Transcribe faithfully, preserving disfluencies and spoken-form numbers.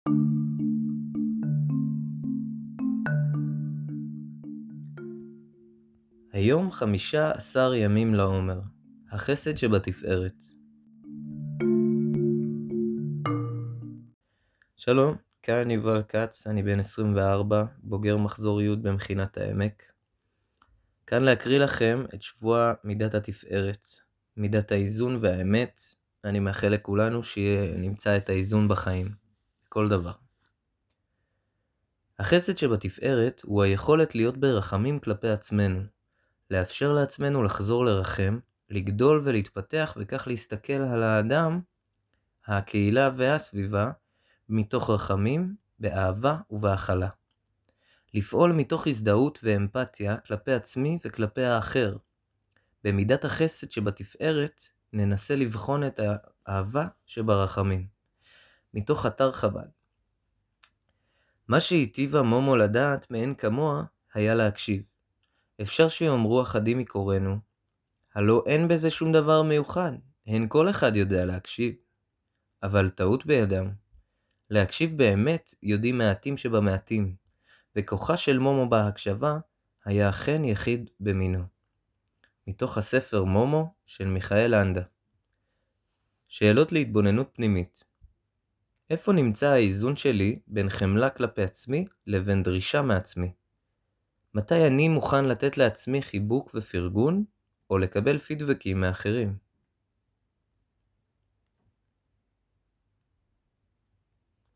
היום חמישה עשר ימים לעומר, החסד שבתפארת. שלום, כאן יובל קץ, אני בן עשרים וארבע, בוגר מחזור י' במכינת העמק. כאן להקריא לכם את שבוע מידת התפארת, מידת האיזון והאמת. אני מאחל לכולנו שנמצא את האיזון בחיים, בכל דבר. החסד שבתפארת הוא היכולת להיות ברחמים כלפי עצמנו, לאפשר לעצמנו לחזור לרחם, לגדול ולהתפתח וכך להסתכל על האדם, הקהילה והסביבה, מתוך רחמים, באהבה ובהכלה. לפעול מתוך הזדהות ואמפתיה כלפי עצמי וכלפי האחר. במידת החסד שבתפארת ננסה לבחון את האהבה שברחמים. מתוך אתר חב"ד. מה שהיטיבה מומו לדעת מאין כמוה היה להקשיב. אפשר שיאמרו אחדים מקוראנו, הלא אין בזה שום דבר מיוחד, הן כל אחד יודע להקשיב. אבל טעות בידם. להקשיב באמת יודעים מעטים שבמעטים, וכוחה של מומו בהקשבה היה אכן יחיד במינו. מתוך הספר מומו של מיכאל לנדה. שאלות להתבוננות פנימית. איפה נמצא האיזון שלי בין חמלה כלפי עצמי לבין דרישה מעצמי? מתי אני מוכן לתת לעצמי חיבוק ופרגון, או לקבל פידבקים מאחרים?